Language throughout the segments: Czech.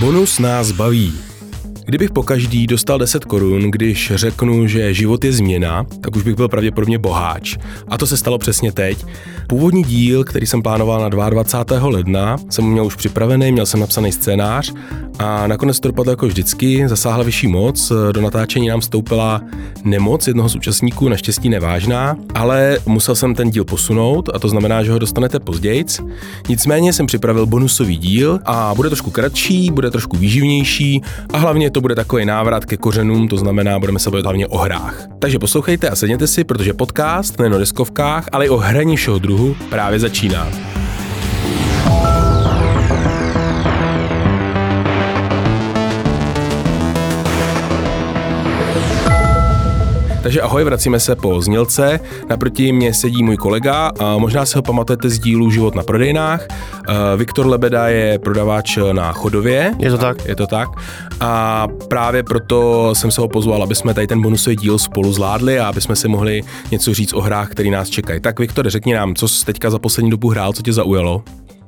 Bonus nás baví. Kdybych pokaždý dostal 10 korun, když řeknu, že život je změna, tak už bych byl pravděpodobně boháč. A to se stalo přesně teď. Původní díl, který jsem plánoval na 22. ledna, jsem měl už připravený, měl jsem napsaný scénář a nakonec to dopadlo jako vždycky, zasáhla vyšší moc, do natáčení nám vstoupila nemoc jednoho z účastníků, naštěstí nevážná, ale musel jsem ten díl posunout a to znamená, že ho dostanete pozdějc. Nicméně jsem připravil bonusový díl a bude trošku kratší, bude trošku výživnější a hlavně to bude takový návrat ke kořenům, to znamená, budeme se bavit hlavně o hrách. Takže poslouchejte a sedněte si, protože podcast nejen o deskovkách, ale i o hraní všeho druhu právě začíná. Takže ahoj, vracíme se po znělce. Naproti mě sedí můj kolega a možná si ho pamatujete z dílu Život na prodejnách. Viktor Lebeda je prodavač na Chodově. Je to tak? Je to tak. A právě proto jsem se ho pozval, aby jsme tady ten bonusový díl spolu zvládli a aby jsme si mohli něco říct o hrách, které nás čekají. Tak Viktor, řekni nám, co jsi teďka za poslední dobu hrál, co tě zaujalo?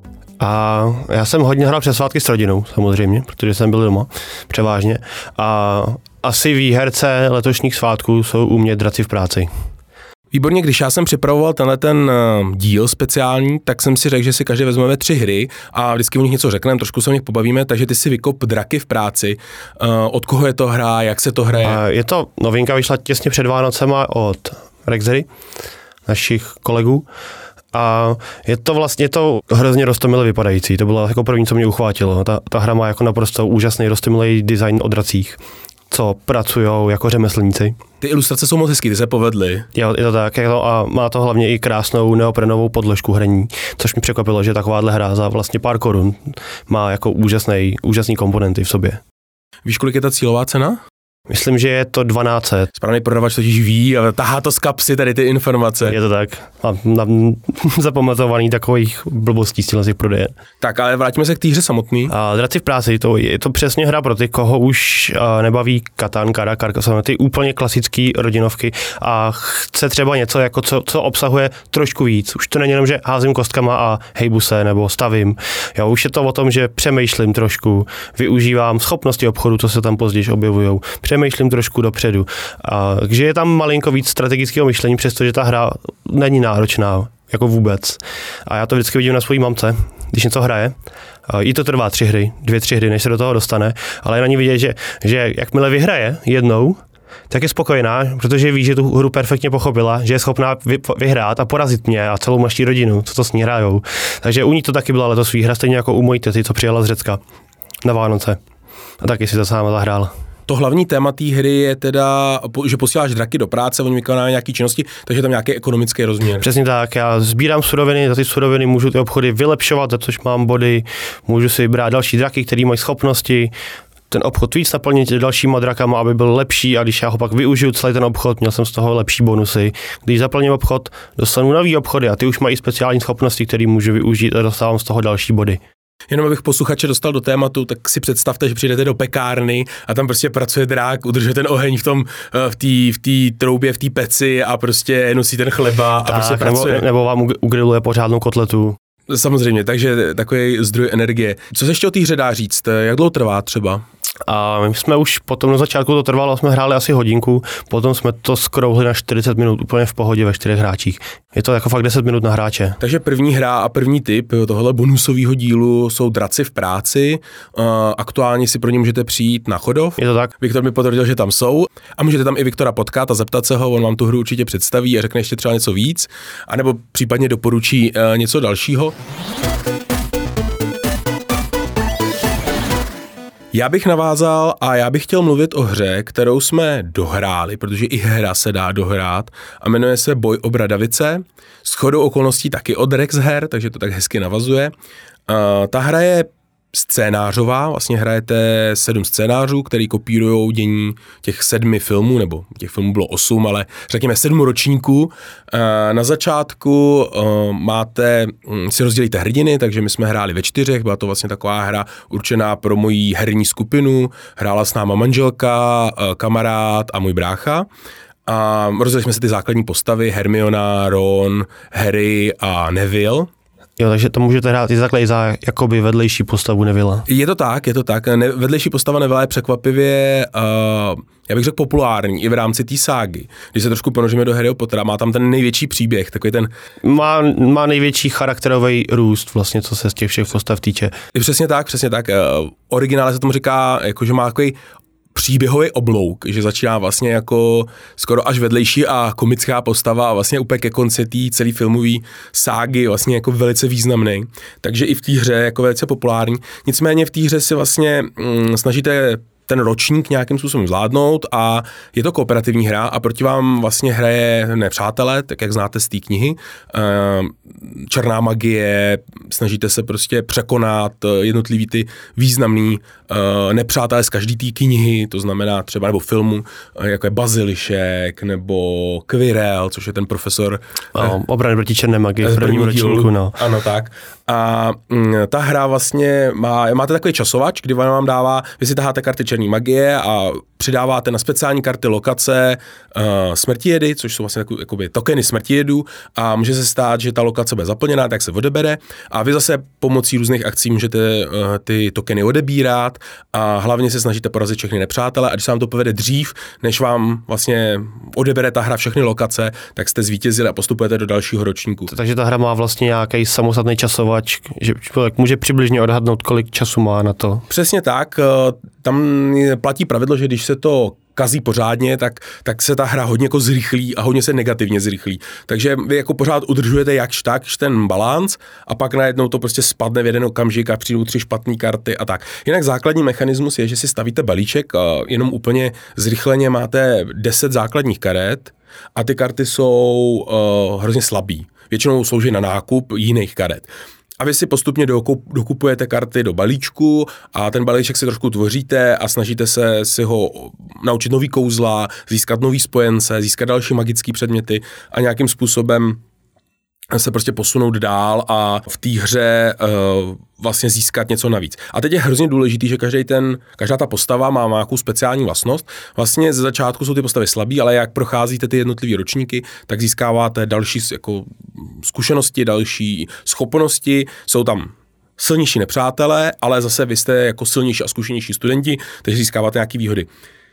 A já jsem hodně hrál přes svátky s rodinou, samozřejmě, protože jsem byl doma převážně. A asi výherce letošních svátků jsou u mě Draci v práci. Výborně, když já jsem připravoval ten díl speciální, tak jsem si řekl, že si každý vezmeme 3 hry a vždycky o nich něco řekneme, trošku se o nich pobavíme, takže ty si vykop Draky v práci. Od koho je to hra, jak se to hraje? Je to novinka, vyšla těsně před Vánocema od Rexery, našich kolegů. A je to hrozně roztomile vypadající, to bylo jako první, co mě uchvátilo. Ta hra má jako naprosto úžasný roztomilý design o dracích, co pracujou jako řemeslníci. Ty ilustrace jsou moc hezký, ty se povedly. Jo, je to tak, a má to hlavně i krásnou neoprenovou podložku hraní, což mi překvapilo, že takováhle hra za vlastně pár korun má jako úžasný komponenty v sobě. Víš, kolik je ta cílová cena? Myslím, že je to 1200. Správný prodavač totiž ví a tahá to z kapsy tady ty informace. Je to tak. Mám zapamatovaný takových blbostí z těch prodeje. Tak, ale vrátíme se k té hře samotný. A Draci v práci, je to přesně hra pro ty, koho už nebaví Katan, Kara, Carcassonne, ty úplně klasický rodinovky a chce třeba něco, jako co obsahuje trošku víc. Už to není jenom, že házím kostkama a hejbu se nebo stavím. Jo, už je to o tom, že přemýšlím trošku, využívám schopnosti obchodu, co se tam později objevujou. Přemýšlím trošku dopředu. Takže je tam malinko víc strategického myšlení, přestože ta hra není náročná, jako vůbec. A já to vždycky vidím na svojí mamce, když něco hraje. Jí to trvá 2-3 hry, než se do toho dostane, ale je na ní vidět, že jakmile vyhraje jednou, tak je spokojená, protože ví, že tu hru perfektně pochopila, že je schopná vyhrát a porazit mě a celou naší rodinu, co to s ní hrajou. Takže u ní to taky byla letos výhra, stejně jako u mojí tety, co přijela z Řecka na Vánoce. A taky si to sama zahrála. To hlavní téma té hry je teda, že posíláš draky do práce, oni vykonávají nějaké činnosti, takže tam nějaký ekonomický rozměr. Přesně tak, já sbírám suroviny, za ty suroviny můžu ty obchody vylepšovat, za což mám body, můžu si brát další draky, které mají schopnosti, ten obchod víc naplnit dalšíma drakama, aby byl lepší a když já ho pak využiju celý ten obchod, měl jsem z toho lepší bonusy. Když zaplním obchod, dostanu nový obchody a ty už mají speciální schopnosti, které můžu využít a dostávám z toho další body. Jenom abych posluchače dostal do tématu, tak si představte, že přijdete do pekárny a tam prostě pracuje drák, udržuje ten oheň v té troubě, v té peci a prostě nosí ten chleba a prostě pracuje. Nebo vám ugriluje pořádnou kotletu. Samozřejmě, takže takový zdroj energie. Co se ještě o té hře dá říct? Jak dlouho trvá třeba? A my jsme už potom na začátku to trvalo, jsme hráli asi hodinku, potom jsme to skrouhli na 40 minut úplně v pohodě ve 4 hráčích. Je to jako fakt 10 minut na hráče. Takže první hra a první tip tohle bonusového dílu jsou Draci v práci. Aktuálně si pro ně můžete přijít na Chodov. Je to tak. Viktor mi potvrdil, že tam jsou. A můžete tam i Viktora potkat a zeptat se ho, on vám tu hru určitě představí a řekne ještě třeba něco víc, anebo případně doporučí něco dalšího. Já bych navázal a já bych chtěl mluvit o hře, kterou jsme dohráli, protože i hra se dá dohrát a jmenuje se Boj o Bradavice. Shodou okolností taky od Rex her, takže to tak hezky navazuje. Ta hra je scénářová, vlastně hrajete 7 scénářů, který kopírujou dění těch 7 filmů, nebo těch filmů bylo 8, ale řekněme 7 ročníků. Na začátku si rozdělíte hrdiny, takže my jsme hráli ve 4, byla to vlastně taková hra určená pro moji herní skupinu, hrála s náma manželka, kamarád a můj brácha. A rozdělili jsme si ty základní postavy, Hermiona, Ron, Harry a Neville. Jo, takže to můžete hrát i takhle za jakoby vedlejší postavu Nevilla. Je to tak. Vedlejší postava Nevilla je překvapivě, já bych řekl populární i v rámci té ságy. Když se trošku ponoříme do Harryho Pottera, má tam ten největší příběh, takový ten... Má největší charakterový růst vlastně, co se z těch všech postav týče. Přesně tak. Originále se tomu říká, jako, že má takový příběhový oblouk, že začíná vlastně jako skoro až vedlejší a komická postava a vlastně úplně ke konci té celé filmové ságy vlastně jako velice významný. Takže i v té hře jako velice populární. Nicméně v té hře si vlastně snažíte ten ročník nějakým způsobem zvládnout a je to kooperativní hra a proti vám vlastně hraje nepřátelé, tak jak znáte z té knihy. Černá magie, snažíte se prostě překonat jednotlivý ty významný nepřátelé z každé té knihy, to znamená třeba nebo filmu, jako je Bazilišek nebo Quirrell, což je ten profesor obrany proti černé magii v prvním ročníku. No. Ano, tak. A ta hra vlastně máte takový časovač, kdy vám dává, vy si taháte karty černé magie a přidáváte na speciální karty lokace smrtijedy, což jsou vlastně jakoby tokeny smrtijedů a může se stát, že ta lokace bude zaplněná, tak se odebere a vy zase pomocí různých akcí můžete ty tokeny odebírat a hlavně se snažíte porazit všechny nepřátele a když se vám to povede dřív, než vám vlastně odebere ta hra všechny lokace, tak jste zvítězili a postupujete do dalšího ročníku. Takže ta hra má vlastně nějaký samostatný časovač, že člověk může přibližně odhadnout, kolik času má na to. Přesně tak, tam platí pravidlo, že když se to kazí pořádně, tak se ta hra hodně jako zrychlí a hodně se negativně zrychlí. Takže vy jako pořád udržujete jakž takž ten balanc a pak najednou to prostě spadne v jeden okamžik a přijdou 3 špatné karty a tak. Jinak základní mechanismus je, že si stavíte balíček a jenom úplně zrychleně máte 10 základních karet a ty karty jsou hrozně slabý. Většinou slouží na nákup jiných karet. A vy si postupně dokupujete karty do balíčku a ten balíček si trošku tvoříte a snažíte se si ho naučit nový kouzla, získat nový spojence, získat další magické předměty a nějakým způsobem se prostě posunout dál a v té hře vlastně získat něco navíc. A teď je hrozně důležitý, že každá ta postava má nějakou speciální vlastnost. Vlastně ze začátku jsou ty postavy slabý, ale jak procházíte ty jednotlivé ročníky, tak získáváte další jako zkušenosti, další schopnosti. Jsou tam silnější nepřátelé, ale zase vy jste jako silnější a zkušenější studenti, takže získáváte nějaké výhody.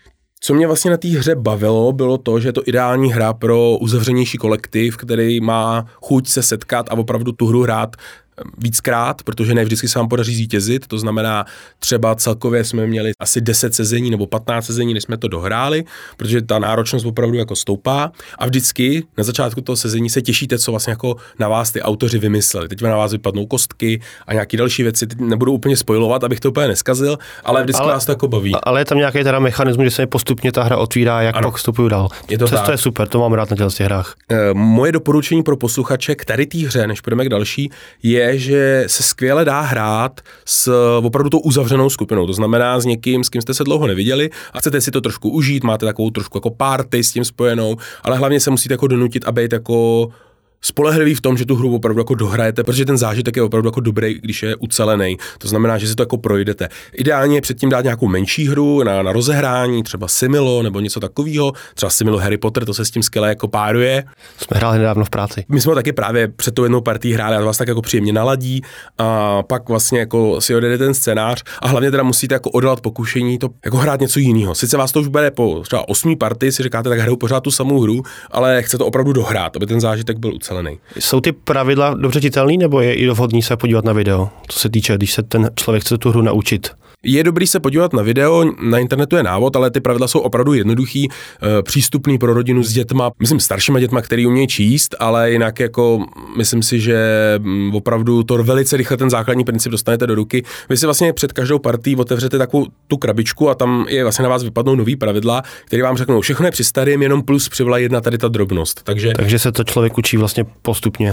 Co mě vlastně na té hře bavilo, bylo to, že je to ideální hra pro uzavřenější kolektiv, který má chuť se setkat a opravdu tu hru hrát víckrát, protože ne vždycky se vám podaří zvítězit, to znamená třeba celkově jsme měli asi 10 sezení nebo 15 sezení, než jsme to dohráli, protože ta náročnost opravdu jako stoupá a vždycky na začátku toho sezení se těšíte, co vlastně jako na vás ty autoři vymysleli. Teď na vás vypadnou kostky a nějaké další věci, teď nebudu úplně spoilovat, abych to úplně neskazil, ale vždycky vás to jako baví. Ale je tam nějaký teda mechanismus, že se postupně ta hra otvírá, jak postupují dál. To je super, to mám rád na těch hrách. Moje doporučení pro posluchače k tady té hře, než půjdeme k další, je, že se skvěle dá hrát s opravdu tou uzavřenou skupinou. To znamená s někým, s kým jste se dlouho neviděli a chcete si to trošku užít, máte takovou trošku jako party s tím spojenou, ale hlavně se musíte jako donutit a být jako spolehlivý v tom, že tu hru opravdu jako dohrajete, protože ten zážitek je opravdu jako dobrý, když je ucelený. To znamená, že si to jako projdete. Ideálně je předtím dát nějakou menší hru na rozehrání, třeba Similo nebo něco takového. Třeba Similo Harry Potter, to se s tím skvěle jako páruje. Jsme hráli nedávno v práci. My jsme taky právě před tou jednou partí hráli a to vás tak jako příjemně naladí a pak vlastně jako si odjede ten scénář a hlavně teda musíte jako odolat pokušení to jako hrát něco jiného. Sice vás to už bere po třeba 8. partii, si říkáte, tak hraju pořád tu samou hru, ale chce to opravdu dohrát, aby ten zážitek byl ucelený. Jsou ty pravidla dobře čitelný, nebo je i vhodný se podívat na video, co se týče, když se ten člověk chce tu hru naučit? Je dobrý se podívat na video, na internetu je návod, ale ty pravidla jsou opravdu jednoduchý, přístupný pro rodinu s dětma, myslím staršíma dětma, který umějí číst, ale jinak jako myslím si, že opravdu to velice rychle ten základní princip dostanete do ruky. Vy si vlastně před každou partí otevřete takovou tu krabičku a tam je vlastně na vás vypadnou nový pravidla, které vám řeknou, všechno je při starým, jenom plus přibyla jedna tady ta drobnost. Takže se to člověk učí vlastně postupně.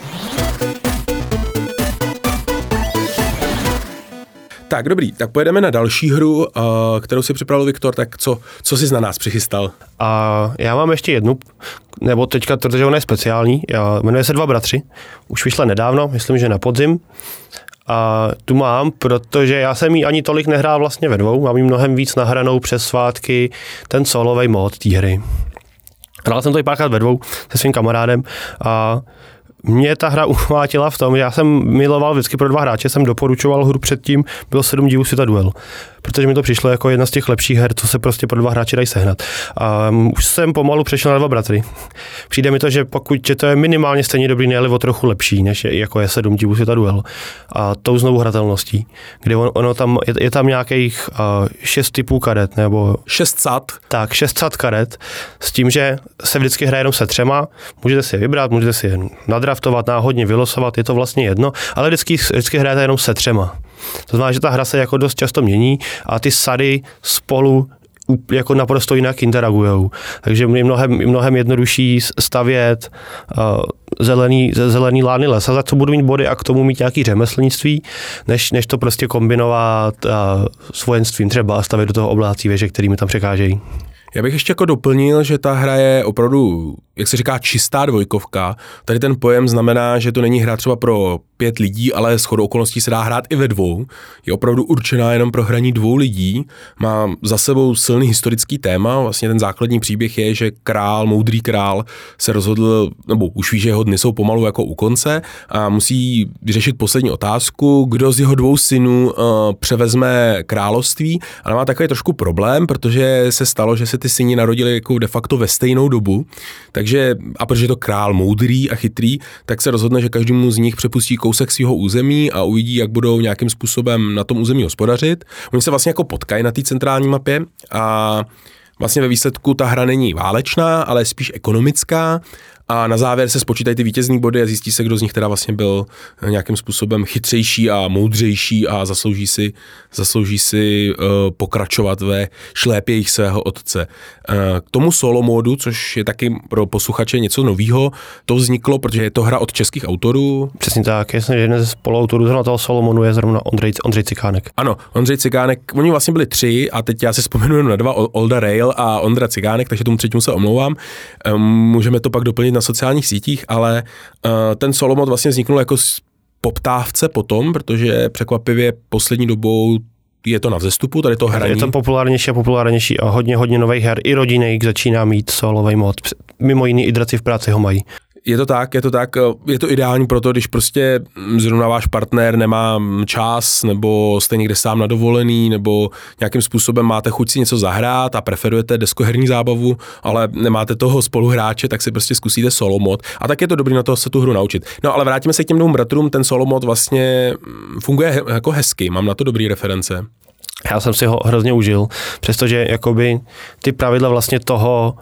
Tak dobrý, tak pojedeme na další hru, kterou si připravil Viktor, tak co jsi na nás přichystal? A já mám ještě jednu, nebo teďka, protože ona je speciální, jmenuje se Dva bratři, už vyšla nedávno, myslím, že na podzim. A tu mám, protože já jsem ji ani tolik nehrál vlastně ve dvou, mám ji mnohem víc nahranou přes svátky, ten solovej mod té hry. Hrál jsem to i párkrát ve dvou se svým kamarádem a Mě ta hra uchvátila v tom, že já jsem miloval vždycky pro 2 hráče, jsem doporučoval hru předtím, bylo 7 dílů Světa duel. Protože mi to přišlo jako jedna z těch lepších her, co se prostě pro 2 hráče dají sehnat. A už jsem pomalu přešel na 2 bratry. Přijde mi to, že že to je minimálně stejně dobrý, ne o trochu lepší, než jako je 7 dílů Světa duel. A tou znovu hratelností, kde ono tam, je tam nějakých 6 typů karet, nebo 600. Tak, 600 karet, s tím, že se vždycky hraje jenom se 3, můžete si je vybrat, můžete si je nadraftovat, náhodně vylosovat, je to vlastně jedno, ale vždycky hrajete jenom se 3. To znamená, že ta hra se jako dost často mění a ty sady spolu jako naprosto jinak interagujou. Takže je mnohem jednodušší stavět zelený lány lesa, za co budu mít body a k tomu mít nějaký řemeslnictví, než to prostě kombinovat s vojenstvím třeba a stavět do toho oblácí věže, který mi tam překážejí. Já bych ještě jako doplnil, že ta hra je opravdu, jak se říká, čistá dvojkovka. Tady ten pojem znamená, že to není hra třeba pro 5 lidí, ale shodou okolností se dá hrát i ve 2. Je opravdu určená jenom pro hraní 2 lidí. Má za sebou silný historický téma. Vlastně ten základní příběh je, že moudrý král se rozhodl, nebo už ví, že jeho dny jsou pomalu jako u konce a musí vyřešit poslední otázku, kdo z jeho 2 synů převezme království, ale má takový trošku problém, protože se stalo, že se ty syni narodili jako de facto ve stejnou dobu, takže a protože je to král moudrý a chytrý, tak se rozhodne, že každému z nich přepustí kousek svého území a uvidí, jak budou nějakým způsobem na tom území hospodařit. Oni se vlastně jako potkají na té centrální mapě a vlastně ve výsledku ta hra není válečná, ale spíš ekonomická. A na závěr se spočítají ty vítězný body a zjistí se, kdo z nich teda vlastně byl nějakým způsobem chytřejší a moudřejší a zaslouží si pokračovat ve šlépějích svého otce. K tomu solo módu, což je taky pro posluchače něco novýho, to vzniklo, protože je to hra od českých autorů. Přesně tak, jasně, že jeden ze spoluautorů na toho solo módu je zrovna Ondřej Cikánek. Ano, Ondřej Cikánek, oni vlastně byli 3 a teď já si vzpomenu jen na 2, Olda Rail a Ondra Cikánek, takže tomu 3. se omlouvám. Můžeme to pak doplnit na sociálních sítích, ale ten solo mod vlastně vzniknul jako poptávce potom, protože překvapivě poslední dobou je to na vzestupu, tady to hraní. Je to populárnější a hodně nových her. I rodinných začíná mít solový mod. Mimo jiný i Draci v práci ho mají. Je to tak, je to ideální pro to, když prostě zrovna váš partner nemá čas, nebo jste někde sám na dovolený, nebo nějakým způsobem máte chuť si něco zahrát a preferujete deskoherní zábavu, ale nemáte toho spoluhráče, tak si prostě zkusíte solo mod. A tak je to dobrý na to se tu hru naučit. No ale vrátíme se k těm 2 bratrům, ten solo mod vlastně funguje jako hezky, mám na to dobrý reference. Já jsem si ho hrozně užil, přestože jakoby ty pravidla vlastně toho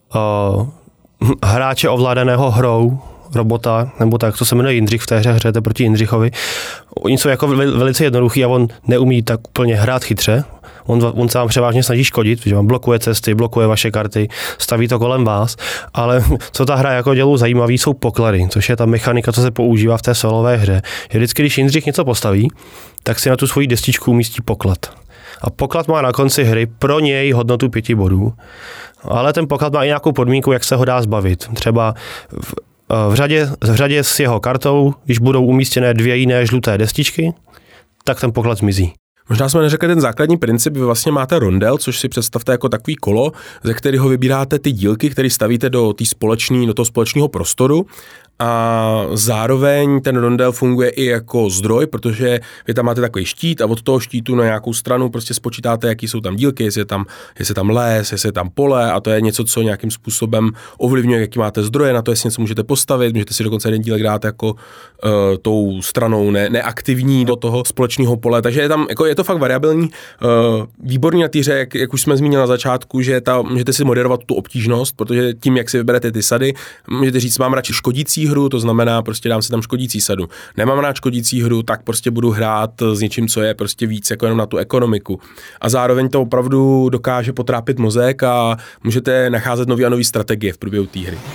hráče ovládaného hrou, robota, nebo tak, to se jmenuje Jindřich v té hře, hrajete proti Jindřichovi. Oni jsou jako velice jednoduchý a on neumí tak úplně hrát chytře. On se vám převážně snaží škodit, že vám blokuje cesty, blokuje vaše karty, staví to kolem vás, ale co ta hra jako dělou zajímavý, jsou poklady, což je ta mechanika, co se používá v té solové hře. Je vždycky, když Jindřich něco postaví, tak si na tu svoji destičku umístí poklad. A poklad má na konci hry pro něj hodnotu 5 bodů, ale ten poklad má i nějakou podmínku, jak se ho dá zbavit. Třeba v řadě s jeho kartou, když budou umístěné 2 jiné žluté destičky, tak ten poklad zmizí. Možná jsme neřekli ten základní princip, vy vlastně máte rondel, což si představte jako takový kolo, ze kterého vybíráte ty dílky, které stavíte do toho společného prostoru. A zároveň ten rondel funguje i jako zdroj, protože vy tam máte takový štít a od toho štítu na nějakou stranu prostě spočítáte, jaký jsou tam dílky, jestli je tam les, jestli je tam pole a to je něco, co nějakým způsobem ovlivňuje, jaký máte zdroje, na to jestli něco můžete postavit, můžete si dokonce jeden dílek dát jako tou stranou neaktivní do toho společného pole, takže je to fakt variabilní, výborný na té hře, jak už jsme zmínili na začátku, že můžete si moderovat tu obtížnost, protože tím, jak si vyberete ty sady, můžete říct, mám radši škodící hru, to znamená, prostě dám si tam škodící sadu. Nemám rád škodící hru, tak prostě budu hrát s něčím, co je prostě víc jako jenom na tu ekonomiku. A zároveň to opravdu dokáže potrápit mozek a můžete nacházet nový a nový strategie v průběhu té hry.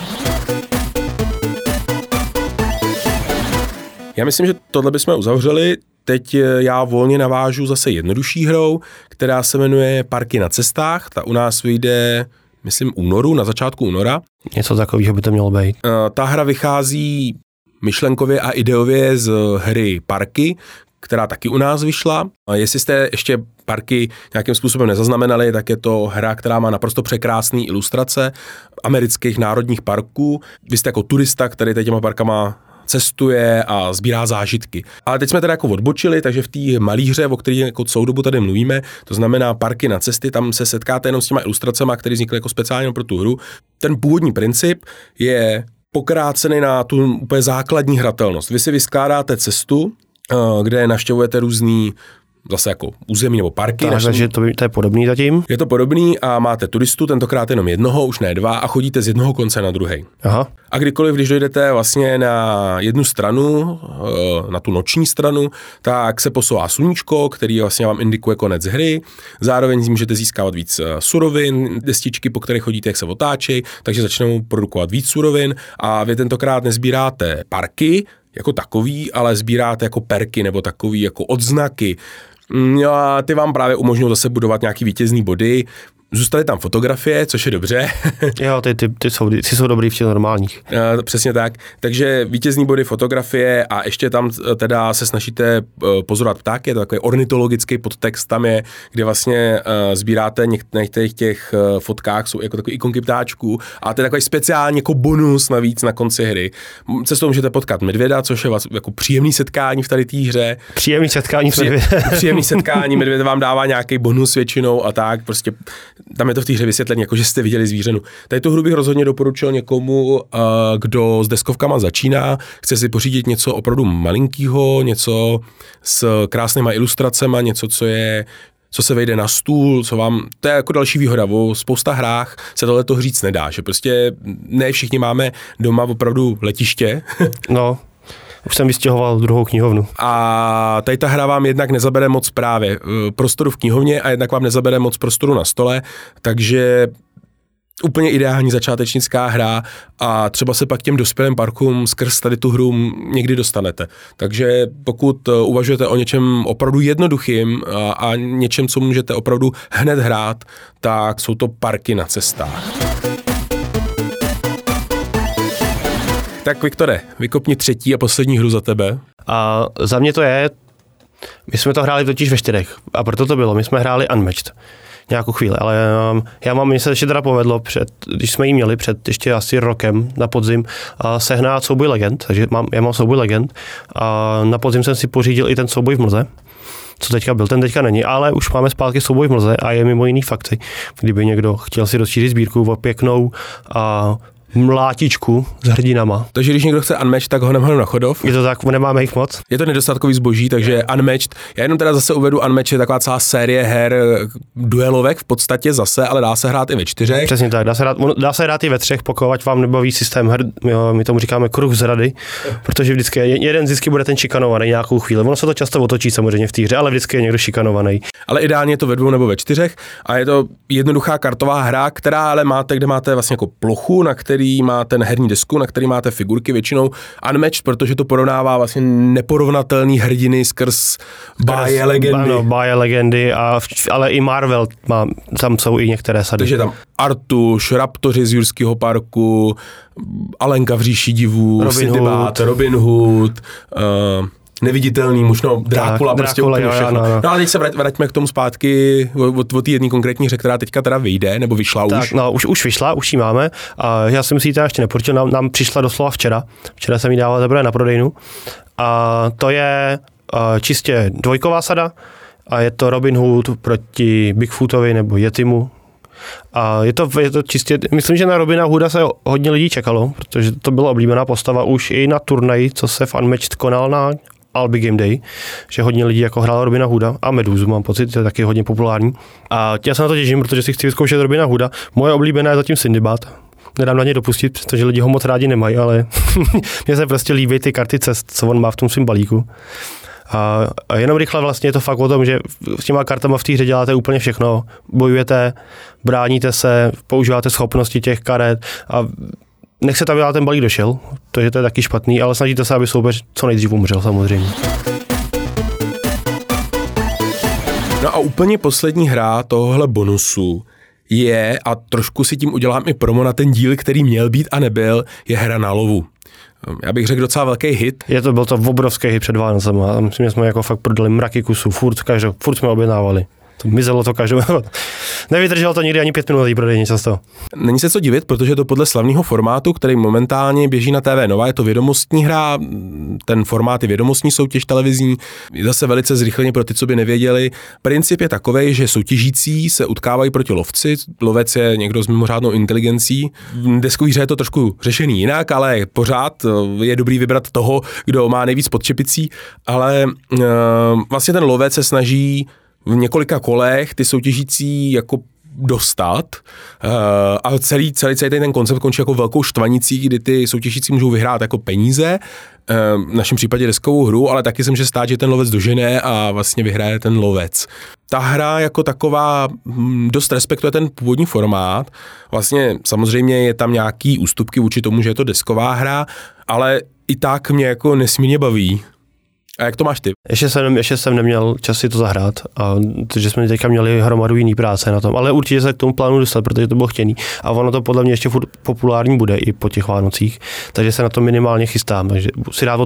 Já myslím, že tohle bychom uzavřeli. Teď já volně navážu zase jednodušší hrou, která se jmenuje Parky na cestách. Ta u nás vyjde, myslím, na začátku února. Něco takového by to mělo být. Ta hra vychází myšlenkově a ideově z hry Parky, která taky u nás vyšla. A jestli jste ještě Parky nějakým způsobem nezaznamenali, tak je to hra, která má naprosto překrásné ilustrace amerických národních parků. Vy jste jako turista, který těma parkama cestuje a sbírá zážitky. Ale teď jsme teda jako odbočili, takže v té malé hře, o které jako celou dobu tady mluvíme, to znamená parky na cesty, tam se setkáte jenom s těma ilustracemi, které vznikly jako speciálně pro tu hru. Ten původní princip je pokrácený na tu úplně základní hratelnost. Vy si vyskládáte cestu, kde navštěvujete různý zase jako území nebo parky. Takže to je podobný zatím? Je to podobný a máte turistu, tentokrát jenom jednoho, už ne dva, a chodíte z jednoho konce na druhý. Aha. A kdykoliv, když dojdete vlastně na jednu stranu, na tu noční stranu, tak se posouvá sluníčko, který vlastně vám indikuje konec hry. Zároveň můžete získávat víc surovin, destičky, po které chodíte, jak se otáčejí, takže začnou produkovat víc surovin a vy tentokrát nezbíráte parky jako takový, ale sbíráte jako perky nebo takový jako odznaky. A ty vám právě umožňují zase budovat nějaký vítězný body. Zůstaly tam fotografie, což je dobře. Jo, ty jsou dobrý v těch normálních. Přesně tak. Takže vítězný body, fotografie a ještě tam teda se snažíte pozorovat ptáky, je to takový ornitologický podtext tam je, kde vlastně sbíráte některých těch fotkách, jsou jako takový ikonky ptáčků a to je takový speciální jako bonus navíc na konci hry. Cestou můžete potkat medvěda, což je jako příjemný setkání v tady té hře. Příjemný setkání s medvědem. Příjemný setkání, medvěd vám dává nějaký bonus většinou a tak, prostě tam je to v té hře vysvětlené, jako že jste viděli zvířenu. Tady tu hru bych rozhodně doporučil někomu, kdo s deskovkama začíná, chce si pořídit něco opravdu malinkýho, něco s krásnýma ilustracema, něco, co se vejde na stůl, to je jako další výhoda, o spousta hrách se tohleto říct nedá, že prostě ne všichni máme doma opravdu letiště. No. Už jsem vystěhoval druhou knihovnu. A tady ta hra vám jednak nezabere moc právě prostoru v knihovně a jednak vám nezabere moc prostoru na stole, takže úplně ideální začátečnická hra a třeba se pak těm dospělým parkům skrz tady tu hru někdy dostanete. Takže pokud uvažujete o něčem opravdu jednoduchým a něčem, co můžete opravdu hned hrát, tak jsou to parky na cestách. Tak Viktore, vykopni třetí a poslední hru za tebe. A za mě to je, my jsme to hráli totiž ve 4 a proto to bylo, my jsme hráli Unmatched nějakou chvíli, ale mně se ještě teda povedlo, když jsme ji měli před ještě asi rokem na podzim, sehnat souboj legend, takže já mám souboj legend a na podzim jsem si pořídil i ten souboj v mlze, co teďka byl, ten teďka není, ale už máme zpátky souboj v mlze a je mimo jiný fakty, kdyby někdo chtěl si rozšířit sbírku o pěknou a mlátičku s hrdinama. Takže když někdo chce Unmatched, tak ho nemám na Chodov. Je to tak, nemáme jich moc. Je to nedostatkový zboží, takže Unmatched. Já jenom teda zase uvedu Unmatched je taková celá série her duelovek v podstatě zase, ale dá se hrát i ve 4. Přesně tak, dá se hrát i ve 3, pokud vám nebaví systém her, my tomu říkáme kruh zrady, protože vždycky jeden vždycky bude ten šikanovaný nějakou chvíli. Ono se to často otočí samozřejmě v té hře, ale vždycky je někdo šikanovaný. Ale ideálně je to ve 2 nebo ve 4 a je to jednoduchá kartová hra, která ale máte, kde máte vlastně jako plochu, na který máte herní desku, na který máte figurky, většinou Unmatched, protože to porovnává vlastně neporovnatelný hrdiny skrz báje, legendy. Ano, báje, legendy, ale i Marvel tam jsou i některé sady. Takže tam Artuš, Raptoři z Jurského parku, Alenka v říši divů, Robin Hood, Neviditelný muž, Drákula, prostě úplně všechno. No ale teď se vraťme k tomu zpátky od té jedné konkrétní hře, která teďka teda vyjde, nebo vyšla tak, už. No, už vyšla, už ji máme. A já jsem si ji teda ještě neporučil, nám přišla doslova včera. Včera jsem ji dával teprve na prodejnu. A to je čistě dvojková sada a je to Robin Hood proti Bigfootovi nebo Yetimu. A je to čistě, myslím, že na Robina Hooda se hodně lidí čekalo, protože to byla oblíbená postava už i na turnaji, co se v Unmatched konal na Albi Game Day, že hodně lidí jako hrálo Robina Hooda a Meduzu, mám pocit, to je taky hodně populární. A já se na to těším, protože si chci vyzkoušet Robina Hooda. Moje oblíbená je zatím Sindbad. Nedám na ně dopustit, protože lidi ho moc rádi nemají, ale mně se prostě líbí ty karty cest, co on má v tom svém balíku. A jenom rychle vlastně je to fakt o tom, že s těma kartama v té hře děláte úplně všechno. Bojujete, bráníte se, používáte schopnosti těch karet a nechcete, aby ten balík došel, to je taky špatný, ale snažíte se, aby soupeř co nejdřív umřel samozřejmě. No a úplně poslední hra tohohle bonusu je, a trošku si tím udělám i promo na ten díl, který měl být a nebyl, je hra na lovu. Já bych řekl docela velký hit. Byl to obrovský hit před Vánocem a myslím, že jsme jako fakt prodali mraky kusů, furt jsme objednávali. To mizelo to každou. Nevydrželo to nikdy ani 5 minut prodejně často. Není se co divit, protože to podle slavného formátu, který momentálně běží na TV Nova, je to vědomostní hra, ten formát je vědomostní soutěž televizní, je zase velice zrychleně pro ty, co by nevěděli. Princip je takovej, že soutěžící se utkávají proti lovci, lovec je někdo s mimořádnou inteligencí. V deskové hře je to trošku řešený jinak, ale pořád je dobrý vybrat toho, kdo má nejvíc pod čepicí, ale vlastně ten lovec se snaží v několika kolech ty soutěžící jako dostat a celý ten koncept končí jako velkou štvanicí, kdy ty soutěžící můžou vyhrát jako peníze, v našem případě deskovou hru, ale taky se může stát, že ten lovec dožene a vlastně vyhraje ten lovec. Ta hra jako taková dost respektuje ten původní formát, vlastně samozřejmě je tam nějaký ústupky vůči tomu, že je to desková hra, ale i tak mě jako nesmírně baví. A jak to máš ty? Ještě jsem neměl čas si to zahrát, protože jsme teďka měli hromadu jiný práce na tom, ale určitě se k tomu plánu dostat, protože to bylo chtěný a ono to podle mě ještě furt populární bude i po těch Vánocích, takže se na to minimálně chystám, takže si rád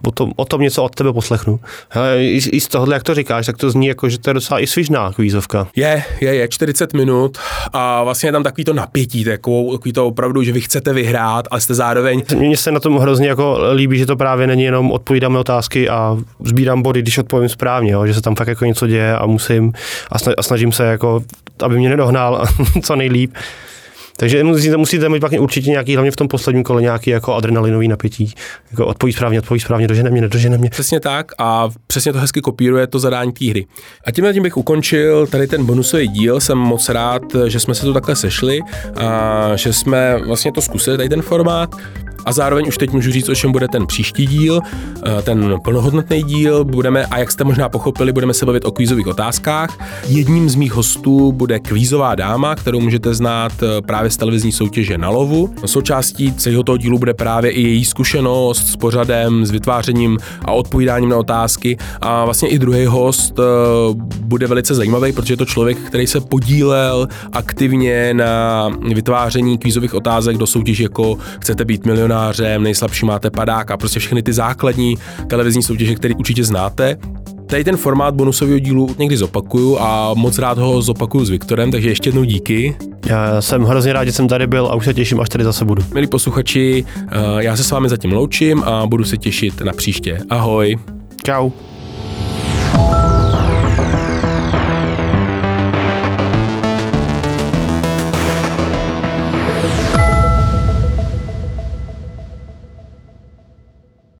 o tom něco od tebe poslechnu. Hele, i z tohohle, jak to říkáš, tak to zní jako, že to je docela i svižná kvízovka. Je 40 minut a vlastně je tam takový to napětí, takový to opravdu, že vy chcete vyhrát, ale jste zároveň. Mně se na tom hrozně jako líbí, že to právě není jenom odpovídáme otázky a sbírám body, když odpovím správně, jo, že se tam fakt jako něco děje a musím a snažím se jako, aby mě nedohnal co nejlíp. Takže musíte mít pak určitě nějaký, hlavně v tom posledním kole, nějaký jako adrenalinový napětí. Jako odpoví správně, nedožene mě. Přesně tak a přesně to hezky kopíruje to zadání té hry. A tím bych ukončil tady ten bonusový díl. Jsem moc rád, že jsme se tu takhle sešli a že jsme vlastně to zkusili, tady ten formát. A zároveň už teď můžu říct, o čem bude ten příští díl, ten plnohodnotný díl. A jak jste možná pochopili, budeme se bavit o kvízových otázkách. Jedním z mých hostů bude kvízová dáma, kterou můžete znát právě z televizní soutěže Na lovu. Součástí celého toho dílu bude právě i její zkušenost s pořadem, s vytvářením a odpovídáním na otázky. A vlastně i druhý host bude velice zajímavý, protože je to člověk, který se podílel aktivně na vytváření kvízových otázek do soutěže, jako chcete být milionářem, nejslabší máte padák a prostě všechny ty základní televizní soutěže, které určitě znáte. Tady ten formát bonusového dílu někdy zopakuju a moc rád ho zopakuju s Viktorem, takže ještě jednou díky. Já jsem hrozně rád, že jsem tady byl a už se těším, až tady zase budu. Milí posluchači, já se s vámi zatím loučím a budu se těšit na příště. Ahoj. Čau.